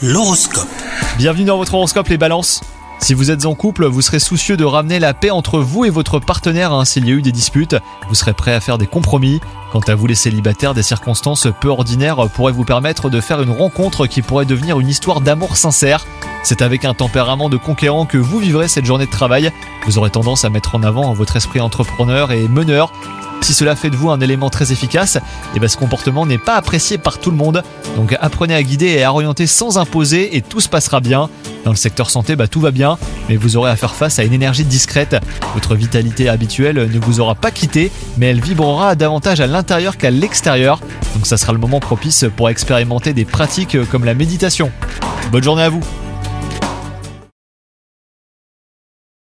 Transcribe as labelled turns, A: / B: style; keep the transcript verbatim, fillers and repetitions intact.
A: L'horoscope.
B: Bienvenue dans votre horoscope les balances. Si vous êtes en couple, vous serez soucieux de ramener la paix entre vous et votre partenaire hein, s'il y a eu des disputes. Vous serez prêt à faire des compromis. Quant à vous les célibataires, des circonstances peu ordinaires pourraient vous permettre de faire une rencontre qui pourrait devenir une histoire d'amour sincère. C'est avec un tempérament de conquérant que vous vivrez cette journée de travail. Vous aurez tendance à mettre en avant votre esprit entrepreneur et meneur. Si cela fait de vous un élément très efficace, et ben ce comportement n'est pas apprécié par tout le monde. Donc apprenez à guider et à orienter sans imposer et tout se passera bien. Dans le secteur santé, bah, tout va bien, mais vous aurez à faire face à une énergie discrète. Votre vitalité habituelle ne vous aura pas quitté, mais elle vibrera davantage à l'intérieur qu'à l'extérieur. Donc ça sera le moment propice pour expérimenter des pratiques comme la méditation. Bonne journée à vous!